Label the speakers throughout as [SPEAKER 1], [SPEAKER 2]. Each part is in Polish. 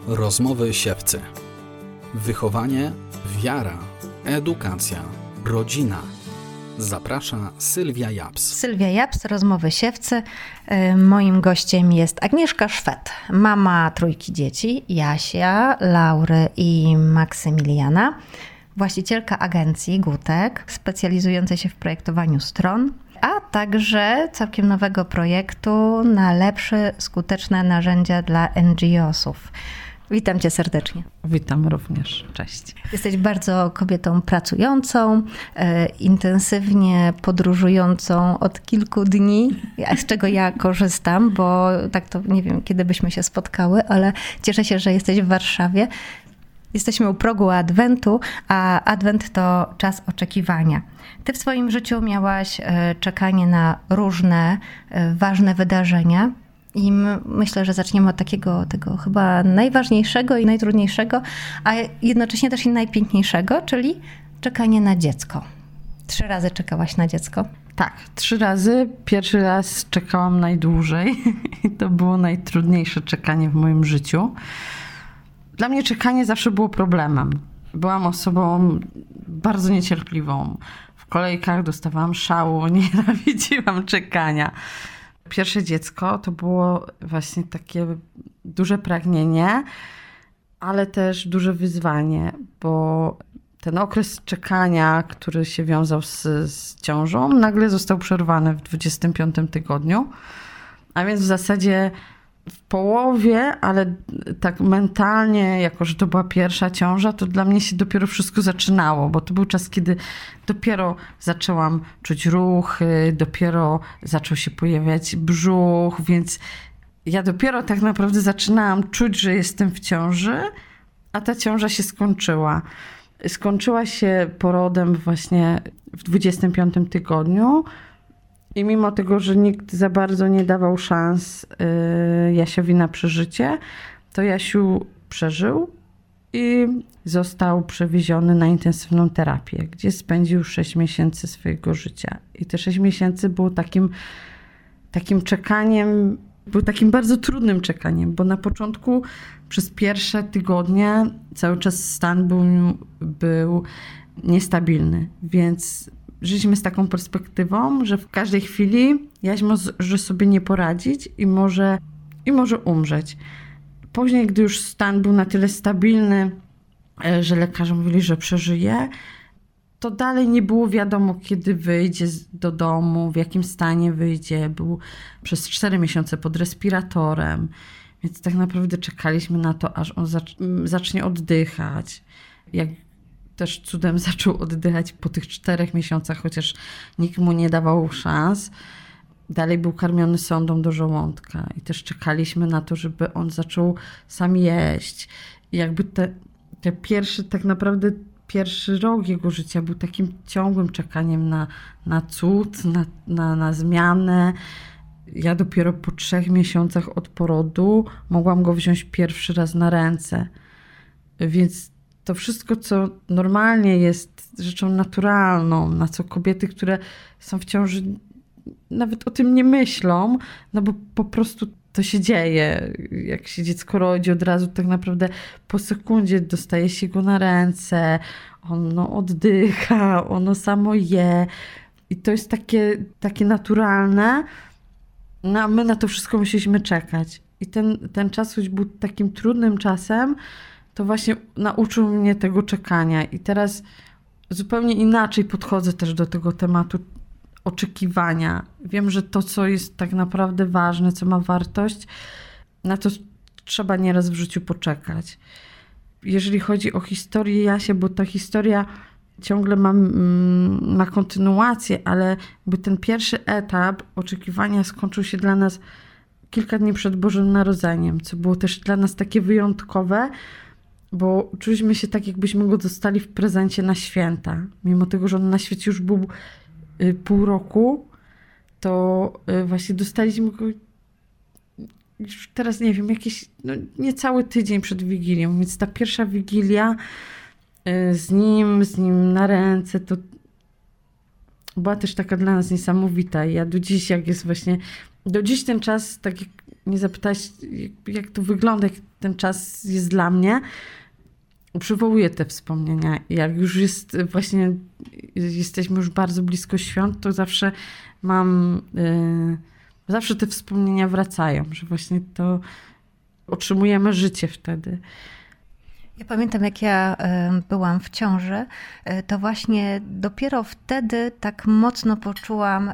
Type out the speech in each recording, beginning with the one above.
[SPEAKER 1] Rozmowy siewcy. Wychowanie, wiara, edukacja, rodzina. Zaprasza Sylwia Japs.
[SPEAKER 2] Sylwia Japs, Rozmowy siewcy. Moim gościem jest Agnieszka Szwed, mama trójki dzieci, Jasia, Laury i Maksymiliana, właścicielka agencji Gutek, specjalizującej się w projektowaniu stron, a także całkiem nowego projektu na lepsze, skuteczne narzędzia dla NGO-sów. Witam cię serdecznie.
[SPEAKER 3] Witam również. Cześć.
[SPEAKER 2] Jesteś bardzo kobietą pracującą, intensywnie podróżującą od kilku dni, z czego ja korzystam, bo tak to nie wiem, kiedy byśmy się spotkały, ale cieszę się, że jesteś w Warszawie. Jesteśmy u progu Adwentu, a Adwent to czas oczekiwania. Ty w swoim życiu miałaś czekanie na różne ważne wydarzenia. I myślę, że zaczniemy od tego chyba najważniejszego i najtrudniejszego, a jednocześnie też i najpiękniejszego, czyli czekanie na dziecko. 3 razy czekałaś na dziecko?
[SPEAKER 3] Tak, 3 razy. Pierwszy raz czekałam najdłużej i to było najtrudniejsze czekanie w moim życiu. Dla mnie czekanie zawsze było problemem. Byłam osobą bardzo niecierpliwą. W kolejkach dostawałam szału, nienawidziłam czekania. Pierwsze dziecko to było właśnie takie duże pragnienie, ale też duże wyzwanie, bo ten okres czekania, który się wiązał z ciążą, nagle został przerwany w 25 tygodniu, a więc w zasadzie w połowie, ale tak mentalnie, jako że to była pierwsza ciąża, to dla mnie się dopiero wszystko zaczynało, bo to był czas, kiedy dopiero zaczęłam czuć ruchy, dopiero zaczął się pojawiać brzuch, więc ja dopiero tak naprawdę zaczynałam czuć, że jestem w ciąży, a ta ciąża się skończyła. Skończyła się porodem właśnie w 25 tygodniu. I mimo tego, że nikt za bardzo nie dawał szans Jasiowi na przeżycie, to Jasiu przeżył i został przewieziony na intensywną terapię, gdzie spędził 6 miesięcy swojego życia. I te 6 miesięcy było takim czekaniem, był takim bardzo trudnym czekaniem, bo na początku przez pierwsze tygodnie cały czas stan był niestabilny, więc żyliśmy z taką perspektywą, że w każdej chwili Jaś może sobie nie poradzić i może umrzeć. Później, gdy już stan był na tyle stabilny, że lekarze mówili, że przeżyje, to dalej nie było wiadomo, kiedy wyjdzie do domu, w jakim stanie wyjdzie. Był przez 4 miesiące pod respiratorem, więc tak naprawdę czekaliśmy na to, aż on zacznie oddychać. Jak też cudem zaczął oddychać po tych 4 miesiącach, chociaż nikt mu nie dawał szans. Dalej był karmiony sondą do żołądka i też czekaliśmy na to, żeby on zaczął sam jeść. I jakby te pierwsze, tak naprawdę pierwszy rok jego życia był takim ciągłym czekaniem na cud, na zmianę. Ja dopiero po 3 miesiącach od porodu mogłam go wziąć pierwszy raz na ręce. Więc to wszystko, co normalnie jest rzeczą naturalną, na co kobiety, które są w ciąży, nawet o tym nie myślą, no bo po prostu to się dzieje. Jak się dziecko rodzi, od razu tak naprawdę po sekundzie dostaje się go na ręce, ono oddycha, ono samo je i to jest takie naturalne, no a my na to wszystko musieliśmy czekać. I ten czas, choć był takim trudnym czasem, to właśnie nauczył mnie tego czekania i teraz zupełnie inaczej podchodzę też do tego tematu oczekiwania. Wiem, że to, co jest tak naprawdę ważne, co ma wartość, na to trzeba nieraz w życiu poczekać. Jeżeli chodzi o historię Jasia, bo ta historia ciągle ma kontynuację, ale jakby ten pierwszy etap oczekiwania skończył się dla nas kilka dni przed Bożym Narodzeniem, co było też dla nas takie wyjątkowe, bo czuliśmy się tak, jakbyśmy go dostali w prezencie na święta. Mimo tego, że on na świecie już był pół roku, to właśnie dostaliśmy go już teraz, nie wiem, jakieś niecały tydzień przed Wigilią. Więc ta pierwsza Wigilia z nim na ręce, to była też taka dla nas niesamowita. Ja do dziś, jak jest właśnie, do dziś ten czas, tak jak mnie zapytać, jak to wygląda, jak ten czas jest dla mnie, przywołuję te wspomnienia. Jak już jesteśmy już bardzo blisko świąt, to zawsze zawsze te wspomnienia wracają, że właśnie to otrzymujemy życie wtedy.
[SPEAKER 2] Ja pamiętam, jak ja byłam w ciąży, to właśnie dopiero wtedy tak mocno poczułam,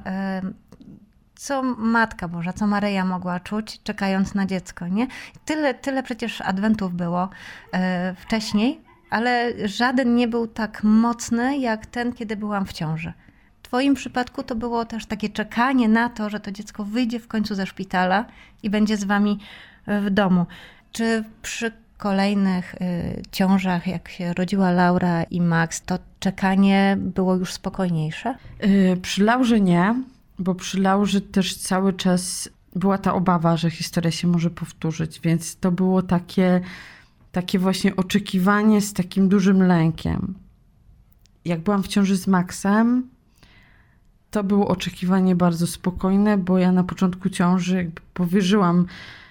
[SPEAKER 2] co Matka Boża, co Maryja mogła czuć, czekając na dziecko, nie? Tyle przecież adwentów było wcześniej, ale żaden nie był tak mocny, jak ten, kiedy byłam w ciąży. W twoim przypadku to było też takie czekanie na to, że to dziecko wyjdzie w końcu ze szpitala i będzie z wami w domu. Czy przy kolejnych ciążach, jak się rodziła Laura i Max, to czekanie było już spokojniejsze?
[SPEAKER 3] Przy Laurze nie, bo przy Laurze też cały czas była ta obawa, że historia się może powtórzyć, więc to było takie właśnie oczekiwanie z takim dużym lękiem. Jak byłam w ciąży z Maxem, to było oczekiwanie bardzo spokojne, bo ja na początku ciąży jakby powierzyłam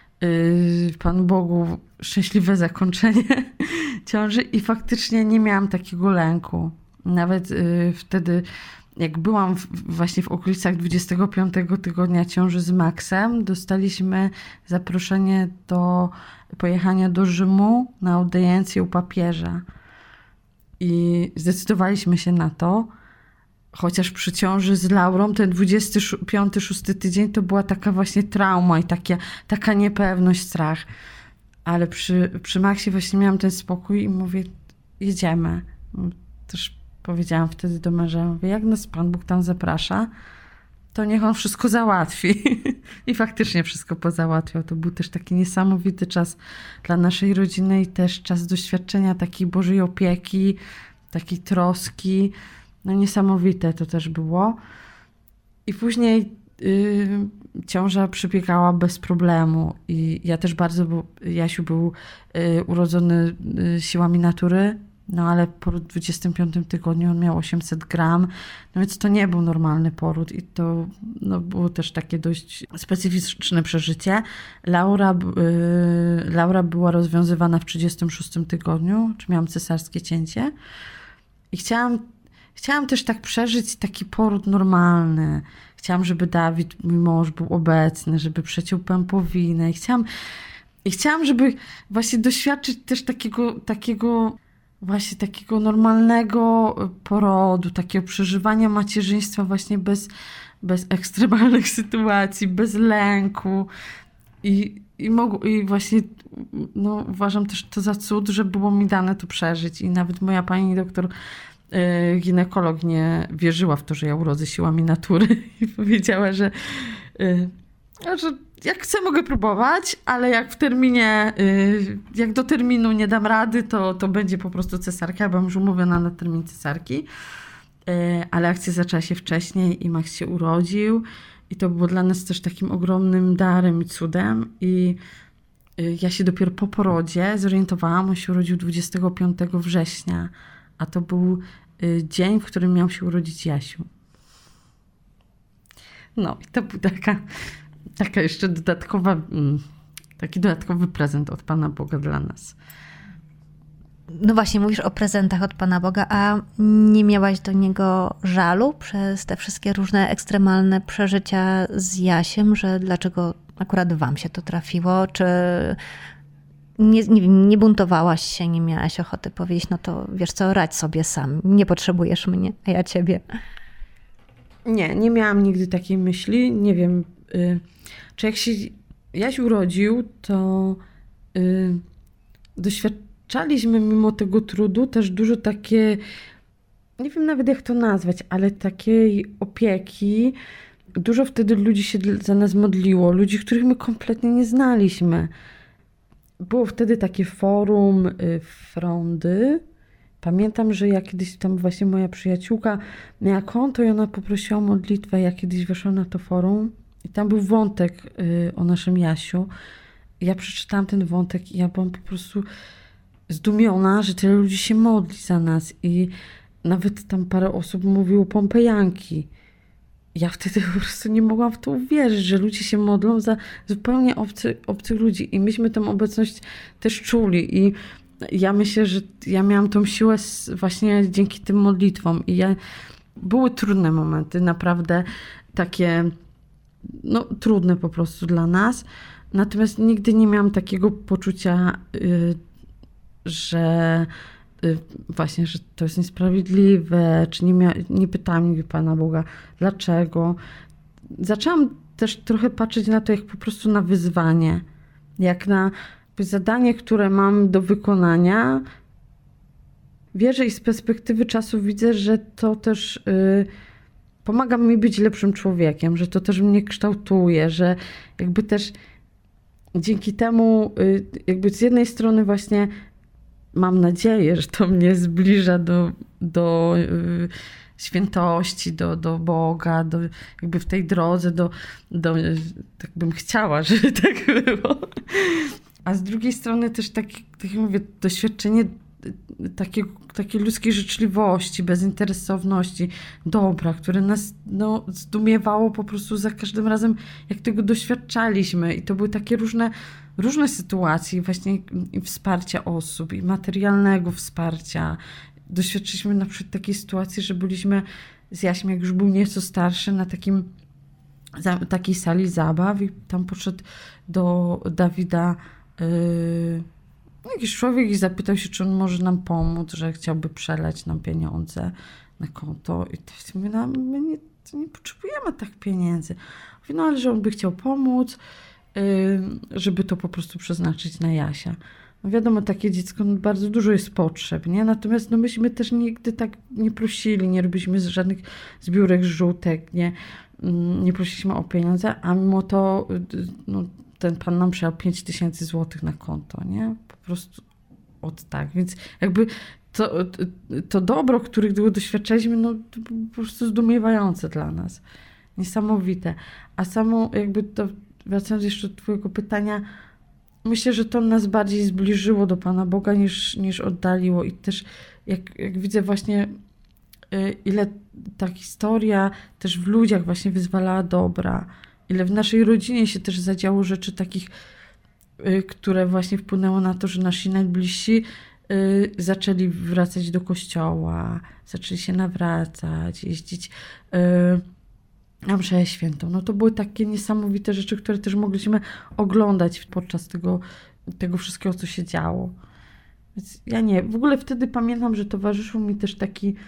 [SPEAKER 3] Panu Bogu szczęśliwe zakończenie ciąży i faktycznie nie miałam takiego lęku. Nawet wtedy, jak byłam właśnie w okolicach 25 tygodnia ciąży z Maxem, dostaliśmy zaproszenie do pojechania do Rzymu na audiencję u papieża. I zdecydowaliśmy się na to, chociaż przy ciąży z Laurą ten 25-6 tydzień to była taka właśnie trauma i taka niepewność, strach. Ale przy Maxie właśnie miałam ten spokój i mówię, jedziemy. Też powiedziałam wtedy do męża, mówię, jak nas Pan Bóg tam zaprasza, to niech On wszystko załatwi. I faktycznie wszystko pozałatwiał. To był też taki niesamowity czas dla naszej rodziny i też czas doświadczenia takiej Bożej opieki, takiej troski. No niesamowite to też było. I później ciąża przebiegała bez problemu. I ja też bardzo, bo Jasiu był urodzony siłami natury, no ale po 25 tygodniu on miał 800 gram, no więc to nie był normalny poród i to było też takie dość specyficzne przeżycie. Laura była rozwiązywana w 36 tygodniu, czy miałam cesarskie cięcie i chciałam też tak przeżyć taki poród normalny. Chciałam, żeby Dawid, mój mąż, był obecny, żeby przeciął pępowinę i chciałam, żeby właśnie doświadczyć też takiego normalnego porodu, takiego przeżywania macierzyństwa właśnie bez ekstremalnych sytuacji, bez lęku. I właśnie uważam też to za cud, że było mi dane to przeżyć. I nawet moja pani doktor ginekolog nie wierzyła w to, że ja urodzę siłami natury i powiedziała, że jak chcę, mogę próbować, ale jak do terminu nie dam rady, to będzie po prostu cesarka. Ja byłam już umówiona na termin cesarki, ale akcja zaczęła się wcześniej i Max się urodził i to było dla nas też takim ogromnym darem i cudem i ja się dopiero po porodzie zorientowałam, on się urodził 25 września, a to był dzień, w którym miał się urodzić Jasiu. No i to był taka jeszcze taki dodatkowy prezent od Pana Boga dla nas.
[SPEAKER 2] No właśnie, mówisz o prezentach od Pana Boga, a nie miałaś do Niego żalu przez te wszystkie różne ekstremalne przeżycia z Jasiem, że dlaczego akurat wam się to trafiło, czy nie buntowałaś się, nie miałaś ochoty powiedzieć, no to wiesz co, radź sobie sam, nie potrzebujesz mnie, a ja ciebie.
[SPEAKER 3] Nie miałam nigdy takiej myśli, nie wiem, czy jak się Jaś urodził, to doświadczaliśmy mimo tego trudu też dużo takie, nie wiem nawet jak to nazwać, ale takiej opieki. Dużo wtedy ludzi się za nas modliło, ludzi, których my kompletnie nie znaliśmy. Było wtedy takie forum Frondy. Pamiętam, że ja kiedyś tam właśnie moja przyjaciółka miała konto i ona poprosiła o modlitwę. Ja kiedyś weszłam na to forum i tam był wątek o naszym Jasiu. Ja przeczytałam ten wątek i ja byłam po prostu zdumiona, że tyle ludzi się modli za nas i nawet tam parę osób mówiło pompejanki. ja wtedy po prostu nie mogłam w to uwierzyć, że ludzie się modlą za zupełnie obcych ludzi i myśmy tę obecność też czuli i ja myślę, że ja miałam tą siłę właśnie dzięki tym modlitwom i były trudne momenty, naprawdę takie trudne po prostu dla nas, natomiast nigdy nie miałam takiego poczucia, że właśnie, że to jest niesprawiedliwe, czy nie pytałam nigdy Pana Boga, dlaczego. Zaczęłam też trochę patrzeć na to jak po prostu na wyzwanie, jak na zadanie, które mam do wykonania. Wierzę i z perspektywy czasu widzę, że to też pomaga mi być lepszym człowiekiem, że to też mnie kształtuje, że jakby też dzięki temu jakby z jednej strony właśnie mam nadzieję, że to mnie zbliża do świętości, do Boga, jakby w tej drodze, tak bym chciała, żeby tak było. A z drugiej strony też tak jak mówię, doświadczenie takiej ludzkiej życzliwości, bezinteresowności, dobra, które nas zdumiewało po prostu za każdym razem, jak tego doświadczaliśmy. I to były takie różne sytuacje, właśnie i wsparcia osób, i materialnego wsparcia. Doświadczyliśmy na przykład takiej sytuacji, że byliśmy z Jasiem, jak już był nieco starszy, na takiej sali zabaw i tam podszedł do Dawida jakiś człowiek i zapytał się, czy on może nam pomóc, że chciałby przelać nam pieniądze na konto. I to mówię, my nie potrzebujemy tak pieniędzy. Mówi, ale że on by chciał pomóc, żeby to po prostu przeznaczyć na Jasia. No wiadomo, takie dziecko bardzo dużo jest potrzeb, nie? Natomiast myśmy też nigdy tak nie prosili, nie robiliśmy żadnych zbiórek, rzutek, nie prosiliśmy o pieniądze, a mimo to ten pan nam przelał 5000 złotych na konto, nie? Po prostu tak. Więc jakby to dobro, którego doświadczaliśmy, to po prostu zdumiewające dla nas. Niesamowite. A samo jakby to, wracając jeszcze do twojego pytania, myślę, że to nas bardziej zbliżyło do Pana Boga niż oddaliło. I też jak widzę właśnie, ile ta historia też w ludziach właśnie wyzwalała dobra, ile w naszej rodzinie się też zadziało rzeczy takich, które właśnie wpłynęło na to, że nasi najbliżsi zaczęli wracać do kościoła, zaczęli się nawracać, jeździć na mszę świętą. To były takie niesamowite rzeczy, które też mogliśmy oglądać podczas tego wszystkiego, co się działo. Więc ja w ogóle wtedy pamiętam, że towarzyszył mi też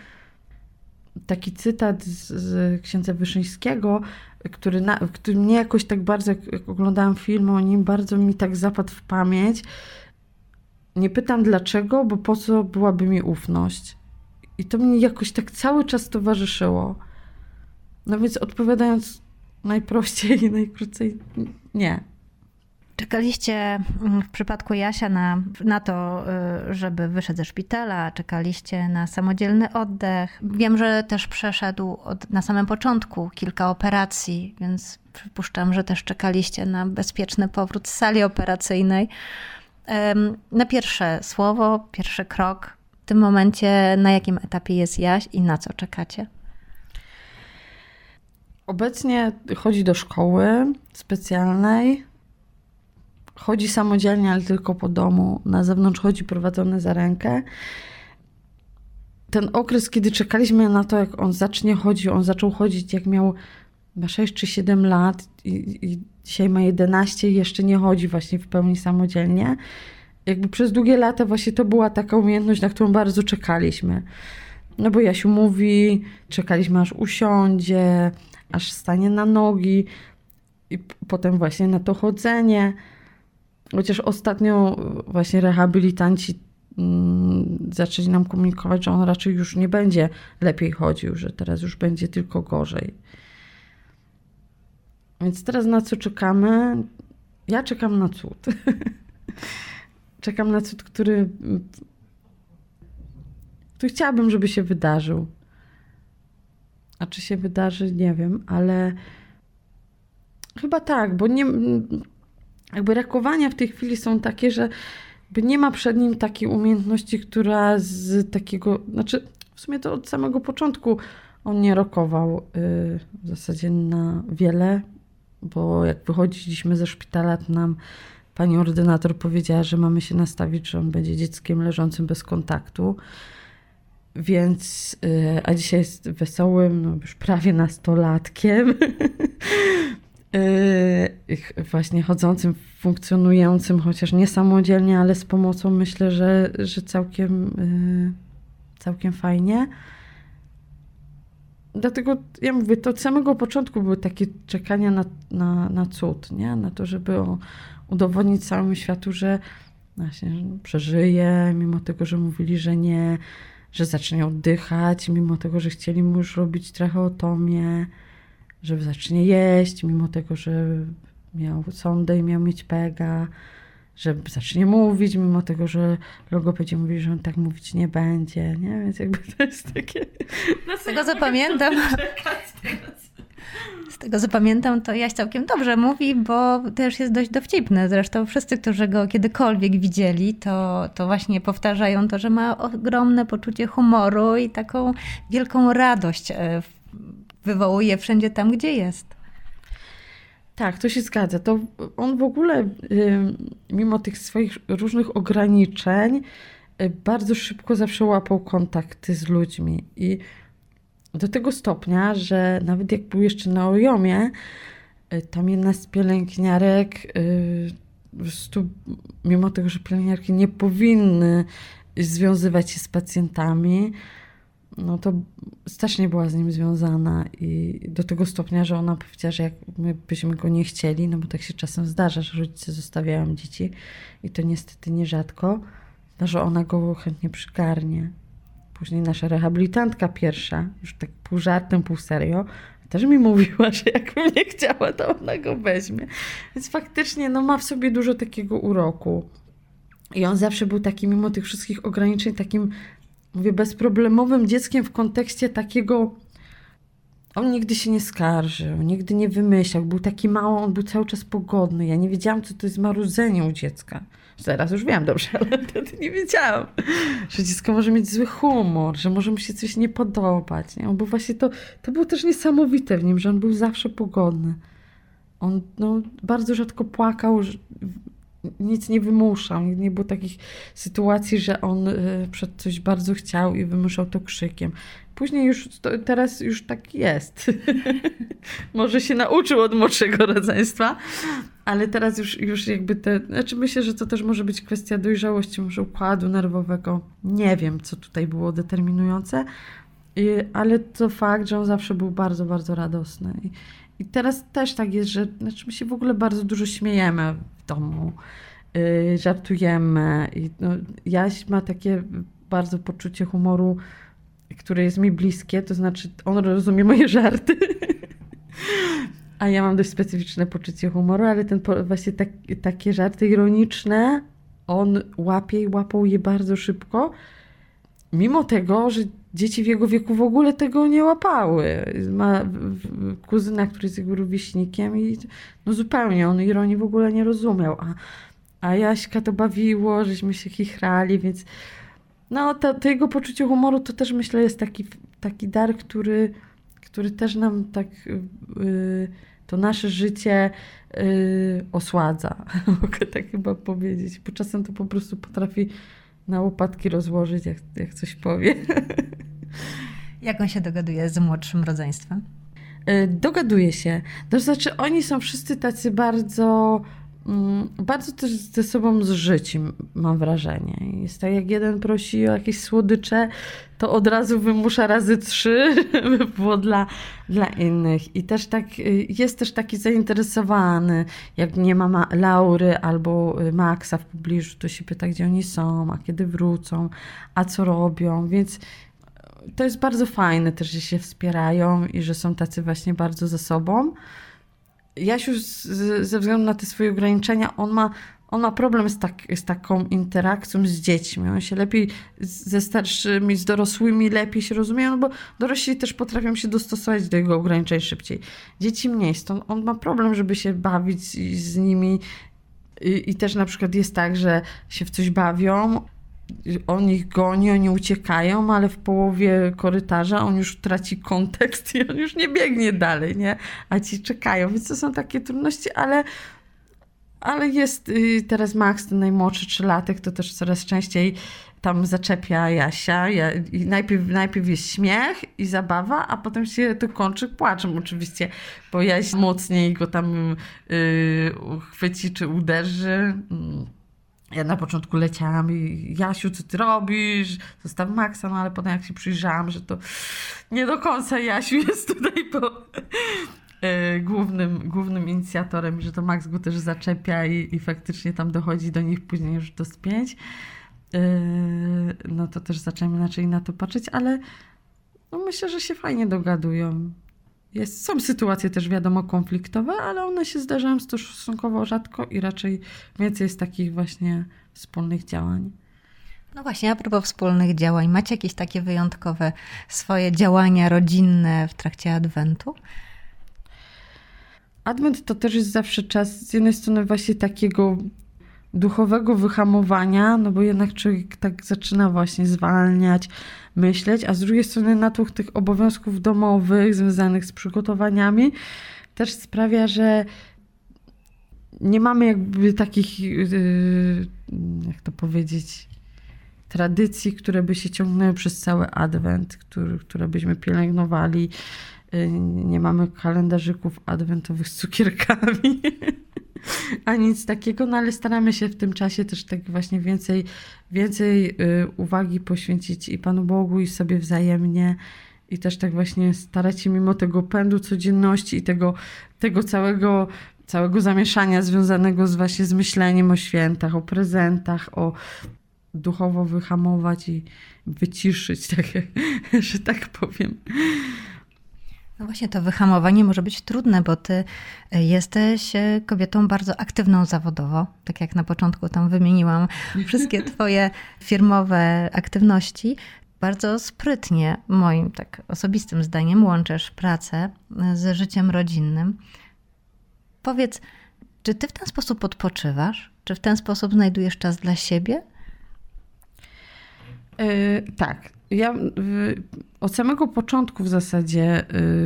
[SPEAKER 3] taki cytat z księdza Wyszyńskiego, który mnie jakoś tak bardzo, jak oglądałam film o nim, bardzo mi tak zapadł w pamięć. Nie pytam dlaczego, bo po co byłaby mi ufność. I to mnie jakoś tak cały czas towarzyszyło. No więc odpowiadając najprościej i najkrócej, nie.
[SPEAKER 2] Czekaliście w przypadku Jasia na to, żeby wyszedł ze szpitala, czekaliście na samodzielny oddech. Wiem, że też przeszedł na samym początku kilka operacji, więc przypuszczam, że też czekaliście na bezpieczny powrót z sali operacyjnej. Na pierwsze słowo, pierwszy krok. W tym momencie na jakim etapie jest Jaś i na co czekacie?
[SPEAKER 3] Obecnie chodzi do szkoły specjalnej. Chodzi samodzielnie, ale tylko po domu. Na zewnątrz chodzi prowadzony za rękę. Ten okres, kiedy czekaliśmy na to, jak on zacznie chodzić, on zaczął chodzić, jak miał 6 czy 7 lat i dzisiaj ma 11 i jeszcze nie chodzi właśnie w pełni samodzielnie. Jakby przez długie lata właśnie to była taka umiejętność, na którą bardzo czekaliśmy. Bo Jasiu mówi, czekaliśmy aż usiądzie, aż stanie na nogi i potem właśnie na to chodzenie. Chociaż ostatnio właśnie rehabilitanci zaczęli nam komunikować, że on raczej już nie będzie lepiej chodził, że teraz już będzie tylko gorzej. Więc teraz na co czekamy? Ja czekam na cud. Czekam na cud, który chciałabym, żeby się wydarzył. A czy się wydarzy, nie wiem, ale chyba tak, bo jakby rakowania w tej chwili są takie, że nie ma przed nim takiej umiejętności, która z takiego, w sumie to od samego początku On nie rokował w zasadzie na wiele, bo jak wychodziliśmy ze szpitala, to nam pani ordynator powiedziała, że mamy się nastawić, że on będzie dzieckiem leżącym bez kontaktu. Więc, a dzisiaj jest wesołym, no już prawie nastolatkiem, właśnie chodzącym, funkcjonującym, chociaż nie samodzielnie, ale z pomocą, myślę, że całkiem fajnie. Dlatego ja mówię, to od samego początku były takie czekania na cud, nie? Na to, żeby udowodnić całemu światu, że właśnie przeżyje, mimo tego, że mówili, że nie, że zacznie oddychać, mimo tego, że chcieli mu już robić tracheotomię, że zacznie jeść, mimo tego, że miał sondę i miał mieć pega, że zacznie mówić, mimo tego, że logopedzi mówili, że on tak mówić nie będzie, nie? Więc jakby to jest takie...
[SPEAKER 2] Z tego co pamiętam... Z tego co pamiętam, to Jaś całkiem dobrze mówi, bo też jest dość dowcipny. Zresztą wszyscy, którzy go kiedykolwiek widzieli, to właśnie powtarzają to, że ma ogromne poczucie humoru i taką wielką radość wywołuje wszędzie tam, gdzie jest.
[SPEAKER 3] Tak, to się zgadza. To on w ogóle, mimo tych swoich różnych ograniczeń, bardzo szybko zawsze łapał kontakty z ludźmi. I do tego stopnia, że nawet jak był jeszcze na OJOM-ie, tam jedna z pielęgniarek, po prostu, mimo tego, że pielęgniarki nie powinny związywać się z pacjentami, no to strasznie była z nim związana i do tego stopnia, że ona powiedziała, że jak my byśmy go nie chcieli, no bo tak się czasem zdarza, że rodzice zostawiają dzieci i to niestety nierzadko, no, że ona go chętnie przygarnie. Później nasza rehabilitantka pierwsza, już tak pół żartem, pół serio, też mi mówiła, że jakbym nie chciała, to ona go weźmie. Więc faktycznie no, ma w sobie dużo takiego uroku. I on zawsze był taki, mimo tych wszystkich ograniczeń, takim, mówię, bezproblemowym dzieckiem w kontekście takiego... On nigdy się nie skarżył, nigdy nie wymyślał. Był taki mały, on był cały czas pogodny. Ja nie wiedziałam, co to jest marudzenie u dziecka. Teraz już wiem dobrze, ale wtedy nie wiedziałam, że dziecko może mieć zły humor, że może mu się coś nie podobać. Nie? On był właśnie to było też niesamowite w nim, że on był zawsze pogodny. On bardzo rzadko płakał, nic nie wymuszał. Nie było takich sytuacji, że on przed coś bardzo chciał i wymuszał to krzykiem. Później teraz już tak jest. Może się nauczył od młodszego rodzeństwa, ale teraz już jakby znaczy myślę, że to też może być kwestia dojrzałości, może układu nerwowego. Nie wiem, co tutaj było determinujące, ale to fakt, że on zawsze był bardzo, bardzo radosny. I teraz też tak jest, że znaczy my się w ogóle bardzo dużo śmiejemy w domu, żartujemy. I Jaś ma takie bardzo poczucie humoru, które jest mi bliskie, to znaczy on rozumie moje żarty, a ja mam dość specyficzne poczucie humoru, ale właśnie takie żarty ironiczne on łapał je bardzo szybko, mimo tego, że dzieci w jego wieku w ogóle tego nie łapały. Ma kuzyna, który jest jego rówieśnikiem i zupełnie on ironii w ogóle nie rozumiał, a Jaśka to bawiło, żeśmy się chichrali, więc to jego poczucie humoru to też myślę jest taki dar, który też nam tak to nasze życie osładza. Mogę tak chyba powiedzieć, bo czasem to po prostu potrafi na łopatki rozłożyć, jak coś powie.
[SPEAKER 2] Jak on się dogaduje z młodszym rodzeństwem?
[SPEAKER 3] Dogaduje się. To znaczy oni są wszyscy tacy bardzo też ze sobą zżyci, mam wrażenie. Jest tak, jak jeden prosi o jakieś słodycze, to od razu wymusza razy 3, żeby było dla innych. I też jest też taki zainteresowany, jak nie ma Laury albo Maxa w pobliżu, to się pyta, gdzie oni są, a kiedy wrócą, a co robią, więc to jest bardzo fajne też, że się wspierają i że są tacy właśnie bardzo ze sobą. Jasiu ze względu na te swoje ograniczenia, on ma problem z taką interakcją z dziećmi. On się lepiej ze starszymi, z dorosłymi lepiej się rozumieją, bo dorośli też potrafią się dostosować do jego ograniczeń szybciej. Dzieci mniej, stąd on ma problem, żeby się bawić z nimi i też na przykład jest tak, że się w coś bawią. on ich goni, oni uciekają, ale w połowie korytarza on już traci kontekst i on już nie biegnie dalej, nie? A ci czekają, więc to są takie trudności, ale jest teraz Max, ten najmłodszy 3-latek, to też coraz częściej tam zaczepia Jasia i najpierw jest śmiech i zabawa, a potem się to kończy płaczem oczywiście, bo Jaś mocniej go tam chwyci czy uderzy. Ja na początku leciałam i Jasiu, co ty robisz? Zostaw Maxa, no ale potem jak się przyjrzałam, że to nie do końca Jasiu jest tutaj głównym inicjatorem, że to Max go też zaczepia i faktycznie tam dochodzi do nich później już do spięć. No to też zaczęłam inaczej na to patrzeć, ale no myślę, że się fajnie dogadują. Są sytuacje też wiadomo konfliktowe, ale one się zdarzają stosunkowo rzadko i raczej więcej jest takich właśnie wspólnych działań.
[SPEAKER 2] No właśnie, a propos wspólnych działań, macie jakieś takie wyjątkowe swoje działania rodzinne w trakcie Adwentu?
[SPEAKER 3] Adwent to też jest zawsze czas z jednej strony właśnie takiego duchowego wyhamowania, no bo jednak człowiek tak zaczyna właśnie zwalniać, myśleć, a z drugiej strony natłok tych obowiązków domowych związanych z przygotowaniami też sprawia, że nie mamy jakby takich, jak to powiedzieć, tradycji, które by się ciągnęły przez cały Adwent, które byśmy pielęgnowali. Nie mamy kalendarzyków adwentowych z cukierkami, a nic takiego, no ale staramy się w tym czasie też tak właśnie więcej uwagi poświęcić i Panu Bogu, i sobie wzajemnie, i też tak właśnie starać się mimo tego pędu codzienności i tego całego zamieszania związanego właśnie z myśleniem o świętach, o prezentach, o duchowo wyhamować i wyciszyć, tak, że tak powiem.
[SPEAKER 2] No właśnie, to wyhamowanie może być trudne, bo ty jesteś kobietą bardzo aktywną zawodowo. Tak jak na początku tam wymieniłam wszystkie twoje firmowe aktywności. Bardzo sprytnie, moim tak osobistym zdaniem, łączysz pracę z życiem rodzinnym. Powiedz, czy ty w ten sposób odpoczywasz? Czy w ten sposób znajdujesz czas dla siebie?
[SPEAKER 3] Tak. Ja od samego początku w zasadzie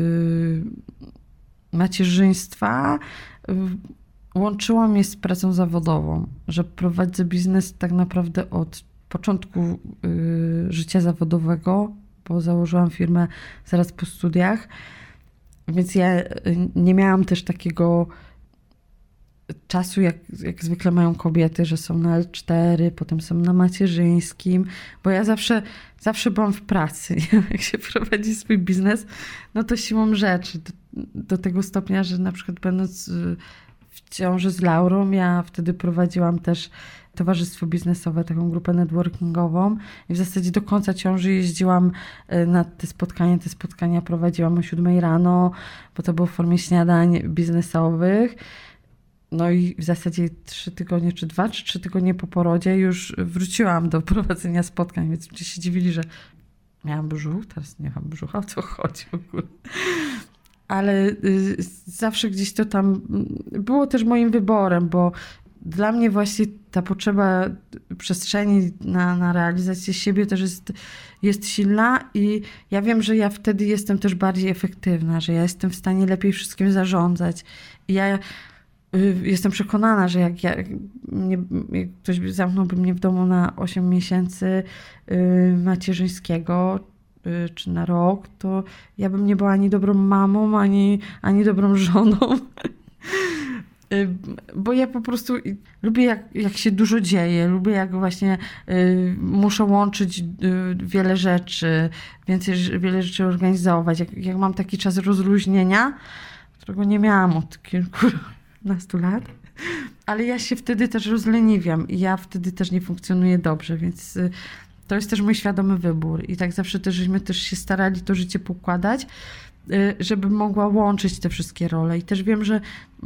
[SPEAKER 3] macierzyństwa łączyłam je z pracą zawodową, że prowadzę biznes tak naprawdę od początku życia zawodowego, bo założyłam firmę zaraz po studiach, więc ja nie miałam też takiego czasu, jak zwykle mają kobiety, że są na L4, potem są na macierzyńskim, bo ja zawsze byłam w pracy. Jak się prowadzi swój biznes, no to siłą rzeczy. Do tego stopnia, że na przykład będąc w ciąży z Laurą, ja wtedy prowadziłam też towarzystwo biznesowe, taką grupę networkingową i w zasadzie do końca ciąży jeździłam na te spotkania prowadziłam o 7 rano, bo to było w formie śniadań biznesowych. No i w zasadzie 3 tygodnie, czy 2, czy 3 tygodnie po porodzie już wróciłam do prowadzenia spotkań, więc ludzie się dziwili, że miałam brzuch, teraz nie mam brzucha, o co chodzi w ogóle. Ale zawsze gdzieś to tam było też moim wyborem, bo dla mnie właśnie ta potrzeba przestrzeni na realizację siebie też jest silna i ja wiem, że ja wtedy jestem też bardziej efektywna, że ja jestem w stanie lepiej wszystkim zarządzać. I ja jestem przekonana, że jak ktoś zamknąłby mnie w domu na 8 miesięcy macierzyńskiego czy na rok, to ja bym nie była ani dobrą mamą, ani dobrą żoną. Bo ja po prostu lubię, jak się dużo dzieje, lubię, jak właśnie muszę łączyć wiele rzeczy, wiele rzeczy organizować. Jak mam taki czas rozluźnienia, którego nie miałam od kilkunastu lat, ale ja się wtedy też rozleniwiam i ja wtedy też nie funkcjonuję dobrze, więc to jest też mój świadomy wybór. I tak zawsze też żeśmy też się starali to życie poukładać, żeby mogła łączyć te wszystkie role. I też wiem, że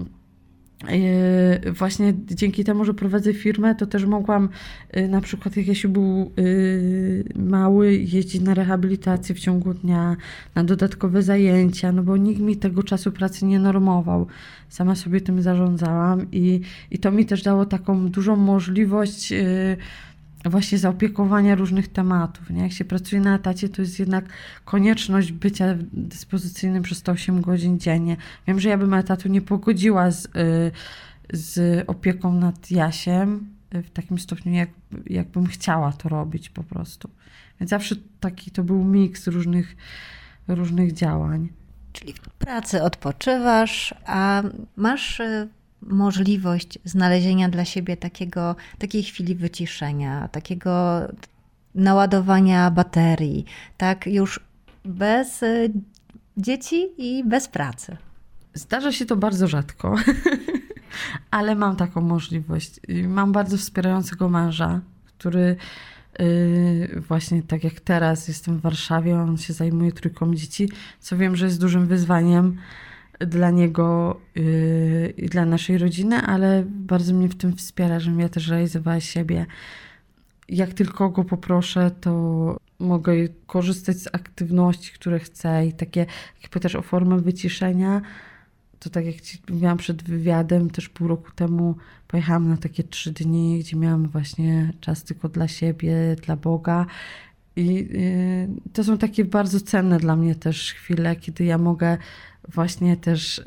[SPEAKER 3] właśnie dzięki temu, że prowadzę firmę, to też mogłam na przykład, jak Jasiu był mały, jeździć na rehabilitację w ciągu dnia, na dodatkowe zajęcia, no bo nikt mi tego czasu pracy nie normował. Sama sobie tym zarządzałam i to mi też dało taką dużą możliwość właśnie zaopiekowania różnych tematów. Nie? Jak się pracuje na etacie, to jest jednak konieczność bycia dyspozycyjnym przez 8 godzin dziennie. Wiem, że ja bym etatu nie pogodziła z opieką nad Jasiem w takim stopniu, jakbym chciała to robić po prostu. Więc zawsze taki to był miks różnych działań.
[SPEAKER 2] Czyli w pracy odpoczywasz, a masz możliwość znalezienia dla siebie takiej chwili wyciszenia, takiego naładowania baterii, tak już bez dzieci i bez pracy.
[SPEAKER 3] Zdarza się to bardzo rzadko, ale mam taką możliwość. Mam bardzo wspierającego męża, który właśnie tak jak teraz jestem w Warszawie, on się zajmuje 3 dzieci, co wiem, że jest dużym wyzwaniem dla niego i dla naszej rodziny, ale bardzo mnie w tym wspiera, żebym ja też realizowała siebie. Jak tylko go poproszę, to mogę korzystać z aktywności, które chcę i takie, jak pytasz o formę wyciszenia, to tak jak ci mówiłam przed wywiadem, też pół roku temu pojechałam na takie 3 dni, gdzie miałam właśnie czas tylko dla siebie, dla Boga. I to są takie bardzo cenne dla mnie też chwile, kiedy ja mogę właśnie też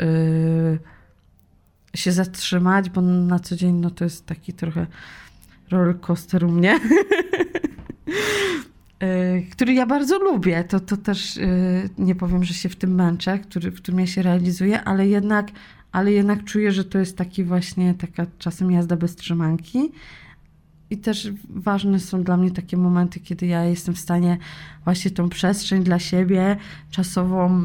[SPEAKER 3] się zatrzymać, bo na co dzień no to jest taki trochę rollercoaster u mnie, który ja bardzo lubię. To też nie powiem, że się w tym męczę, w którym ja się realizuję, ale jednak czuję, że to jest taki właśnie taka czasem jazda bez trzymanki. I też ważne są dla mnie takie momenty, kiedy ja jestem w stanie właśnie tą przestrzeń dla siebie czasową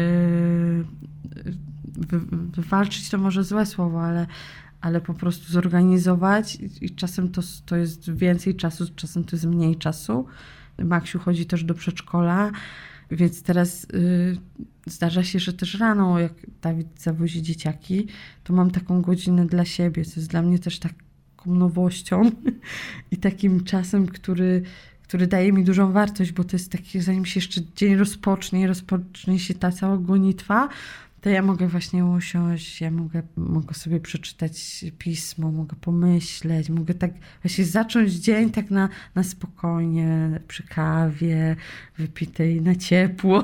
[SPEAKER 3] wywalczyć, to może złe słowo, ale po prostu zorganizować i czasem to jest więcej czasu, czasem to jest mniej czasu. Maksiu chodzi też do przedszkola, więc teraz zdarza się, że też rano, jak Dawid zawozi dzieciaki, to mam taką godzinę dla siebie, co jest dla mnie też taką nowością i takim czasem, który daje mi dużą wartość, bo to jest taki, zanim się jeszcze dzień rozpocznie się ta cała gonitwa, to ja mogę właśnie usiąść, ja mogę sobie przeczytać pismo, mogę pomyśleć, mogę tak właśnie zacząć dzień tak na spokojnie, przy kawie, wypitej na ciepło.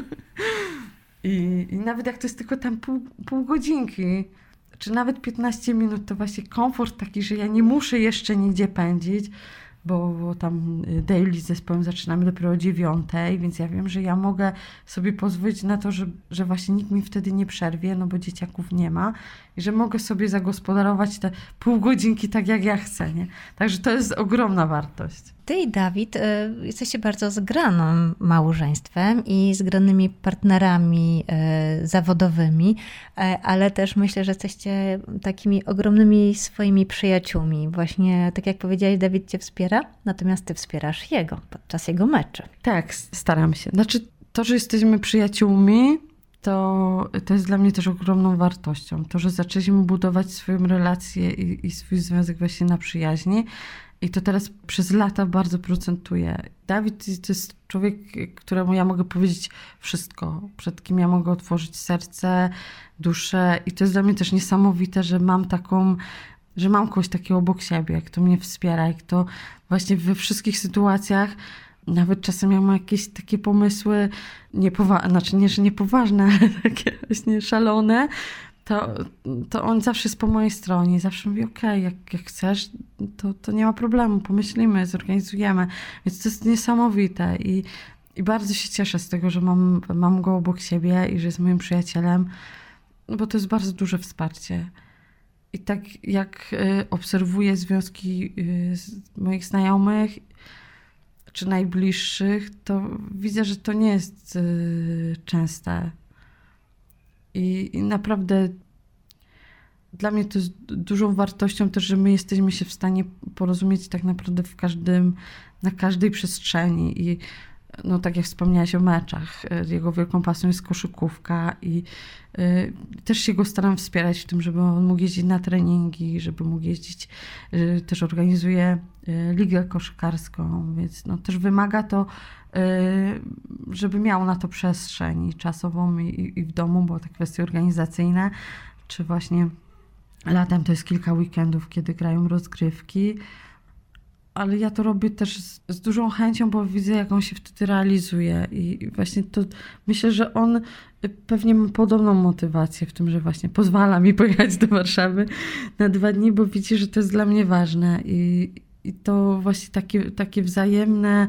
[SPEAKER 3] I nawet jak to jest tylko tam pół godzinki, czy nawet 15 minut, to właśnie komfort taki, że ja nie muszę jeszcze nigdzie pędzić, bo tam daily z zespołem zaczynamy dopiero o 9:00, więc ja wiem, że ja mogę sobie pozwolić na to, że właśnie nikt mi wtedy nie przerwie, no bo dzieciaków nie ma i że mogę sobie zagospodarować te pół godzinki tak, jak ja chcę, nie? Także to jest ogromna wartość.
[SPEAKER 2] Ty i Dawid jesteście bardzo zgranym małżeństwem i zgranymi partnerami zawodowymi, ale też myślę, że jesteście takimi ogromnymi swoimi przyjaciółmi. Właśnie tak jak powiedziałeś, Dawid cię wspiera, natomiast ty wspierasz jego podczas jego meczy.
[SPEAKER 3] Tak, staram się. Znaczy to, że jesteśmy przyjaciółmi, to jest dla mnie też ogromną wartością. To, że zaczęliśmy budować swoją relację i swój związek właśnie na przyjaźni. I to teraz przez lata bardzo procentuje. Dawid to jest człowiek, któremu ja mogę powiedzieć wszystko, przed kim ja mogę otworzyć serce, duszę. I to jest dla mnie też niesamowite, że mam kogoś takiego obok siebie, kto mnie wspiera i kto właśnie we wszystkich sytuacjach, nawet czasem ja mam jakieś takie pomysły, nie, że niepoważne, ale takie właśnie szalone, to on zawsze jest po mojej stronie. Zawsze mówi, okej, jak chcesz, to nie ma problemu, pomyślimy, zorganizujemy. Więc to jest niesamowite i bardzo się cieszę z tego, że mam go obok siebie i że jest moim przyjacielem, bo to jest bardzo duże wsparcie. I tak jak obserwuję związki moich znajomych czy najbliższych, to widzę, że to nie jest częste. I naprawdę dla mnie to jest dużą wartością też, że my jesteśmy się w stanie porozumieć tak naprawdę na każdej przestrzeni. I no tak jak wspomniałaś o meczach, jego wielką pasją jest koszykówka i też się go staram wspierać w tym, żeby on mógł jeździć na treningi, żeby mógł jeździć, też organizuje ligę koszykarską, więc no też wymaga to, żeby miał na to przestrzeń i czasową i w domu, bo te kwestie organizacyjne, czy właśnie latem to jest kilka weekendów, kiedy grają rozgrywki. ale ja to robię też z dużą chęcią, bo widzę, jak on się wtedy realizuje. I właśnie to myślę, że on pewnie ma podobną motywację w tym, że właśnie pozwala mi pojechać do Warszawy na 2 dni, bo widzi, że to jest dla mnie ważne. I to właśnie takie wzajemne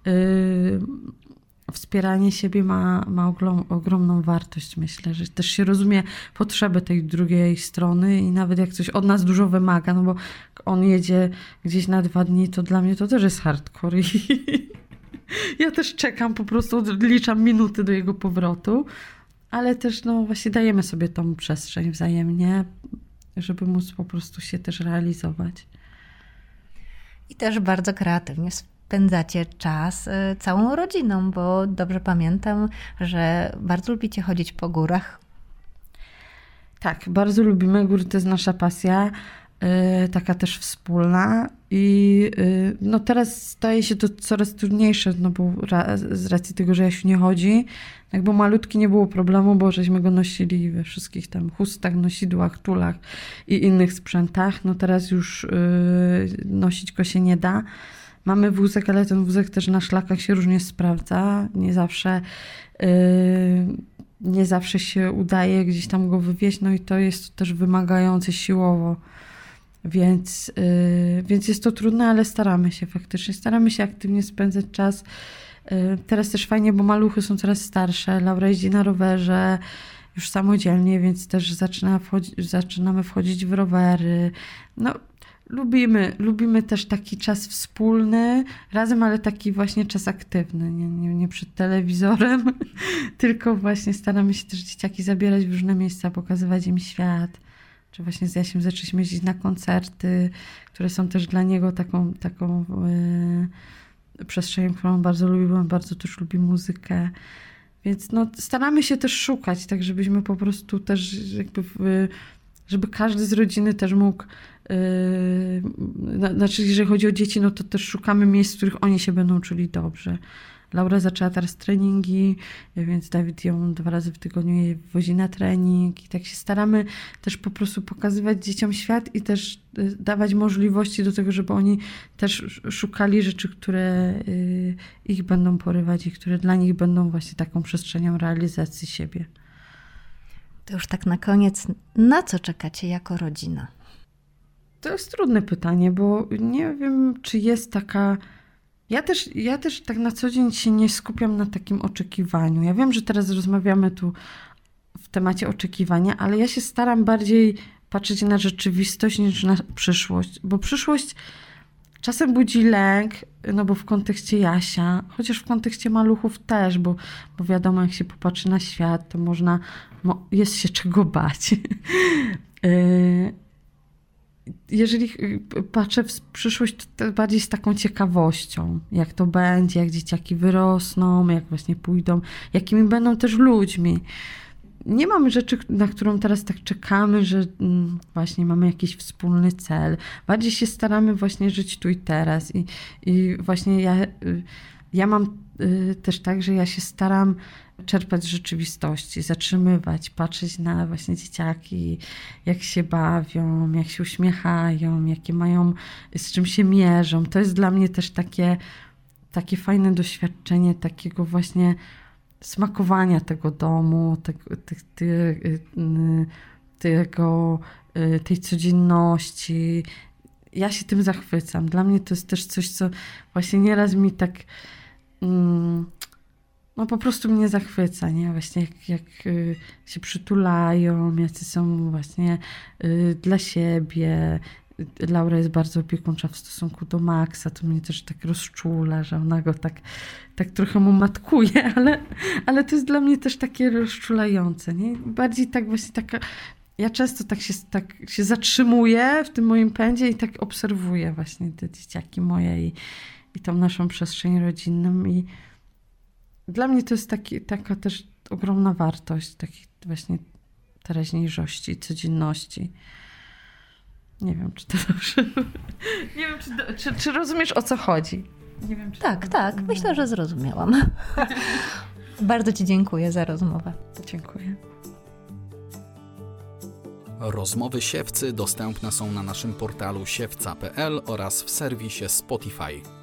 [SPEAKER 3] wspieranie siebie ma ogromną wartość, myślę, że też się rozumie potrzeby tej drugiej strony i nawet jak coś od nas dużo wymaga, no bo on jedzie gdzieś na 2 dni, to dla mnie to też jest hardcore i ja też czekam, po prostu odliczam minuty do jego powrotu, ale też no właśnie dajemy sobie tą przestrzeń wzajemnie, żeby móc po prostu się też realizować.
[SPEAKER 2] I też bardzo kreatywnie spędzacie czas całą rodziną, bo dobrze pamiętam, że bardzo lubicie chodzić po górach.
[SPEAKER 3] Tak, bardzo lubimy. Góry to jest nasza pasja, taka też wspólna i no teraz staje się to coraz trudniejsze, no bo z racji tego, że Jasiu nie chodzi, jakby malutki nie było problemu, bo żeśmy go nosili we wszystkich tam chustach, nosidłach, czulach i innych sprzętach. No teraz już nosić go się nie da. Mamy wózek, ale ten wózek też na szlakach się różnie sprawdza. Nie zawsze się udaje gdzieś tam go wywieźć, no i to jest też wymagające siłowo. Więc jest to trudne, ale staramy się faktycznie. Staramy się aktywnie spędzać czas. Teraz też fajnie, bo maluchy są coraz starsze. Laura jeździ na rowerze już samodzielnie, więc też zaczynamy wchodzić w rowery. No, lubimy też taki czas wspólny razem, ale taki właśnie czas aktywny, nie przed telewizorem, tylko właśnie staramy się też dzieciaki zabierać w różne miejsca, pokazywać im świat. Czy właśnie z Jasiem zaczęliśmy jeździć na koncerty, które są też dla niego taką przestrzenią, którą bardzo lubiłem, bardzo też lubi muzykę. Więc no, staramy się też szukać, tak żebyśmy po prostu też jakby żeby każdy z rodziny też mógł, znaczy jeżeli chodzi o dzieci, no to też szukamy miejsc, w których oni się będą czuli dobrze. Laura zaczęła teraz treningi, więc Dawid ją 2 razy w tygodniu jej wozi na trening i tak się staramy też po prostu pokazywać dzieciom świat i też dawać możliwości do tego, żeby oni też szukali rzeczy, które ich będą porywać i które dla nich będą właśnie taką przestrzenią realizacji siebie.
[SPEAKER 2] To już tak na koniec, na co czekacie jako rodzina?
[SPEAKER 3] To jest trudne pytanie, bo nie wiem, czy jest taka... Ja też tak na co dzień się nie skupiam na takim oczekiwaniu. Ja wiem, że teraz rozmawiamy tu w temacie oczekiwania, ale ja się staram bardziej patrzeć na rzeczywistość niż na przyszłość, bo przyszłość czasem budzi lęk, no bo w kontekście Jasia, chociaż w kontekście maluchów też, bo wiadomo, jak się popatrzy na świat, to jest się czego bać. Jeżeli patrzę w przyszłość, to bardziej z taką ciekawością, jak to będzie, jak dzieciaki wyrosną, jak właśnie pójdą, jakimi będą też ludźmi. Nie mamy rzeczy, na którą teraz tak czekamy, że właśnie mamy jakiś wspólny cel. Bardziej się staramy właśnie żyć tu i teraz. I właśnie ja mam też tak, że ja się staram czerpać z rzeczywistości, zatrzymywać, patrzeć na właśnie dzieciaki, jak się bawią, jak się uśmiechają, jakie mają, z czym się mierzą. To jest dla mnie też takie fajne doświadczenie takiego właśnie smakowania tego domu, tej codzienności. Ja się tym zachwycam. Dla mnie to jest też coś, co właśnie nieraz mi tak no po prostu mnie zachwyca, nie? Właśnie jak się przytulają, jacy są właśnie dla siebie. Laura jest bardzo opiekuńcza w stosunku do Maxa, to mnie też tak rozczula, że ona go tak trochę mu matkuje, ale to jest dla mnie też takie rozczulające, nie? Bardziej tak właśnie taka... Ja często tak się zatrzymuję w tym moim pędzie i tak obserwuję właśnie te dzieciaki moje i tą naszą przestrzeń rodzinną i dla mnie to jest taka też ogromna wartość takiej właśnie teraźniejszości, codzienności. Nie wiem, czy to dobrze... Nie wiem, czy rozumiesz, o co chodzi. Nie wiem, czy
[SPEAKER 2] tak. Myślę, że zrozumiałam. Bardzo Ci dziękuję za rozmowę.
[SPEAKER 3] Dziękuję.
[SPEAKER 1] Rozmowy Siewcy dostępne są na naszym portalu siewca.pl oraz w serwisie Spotify.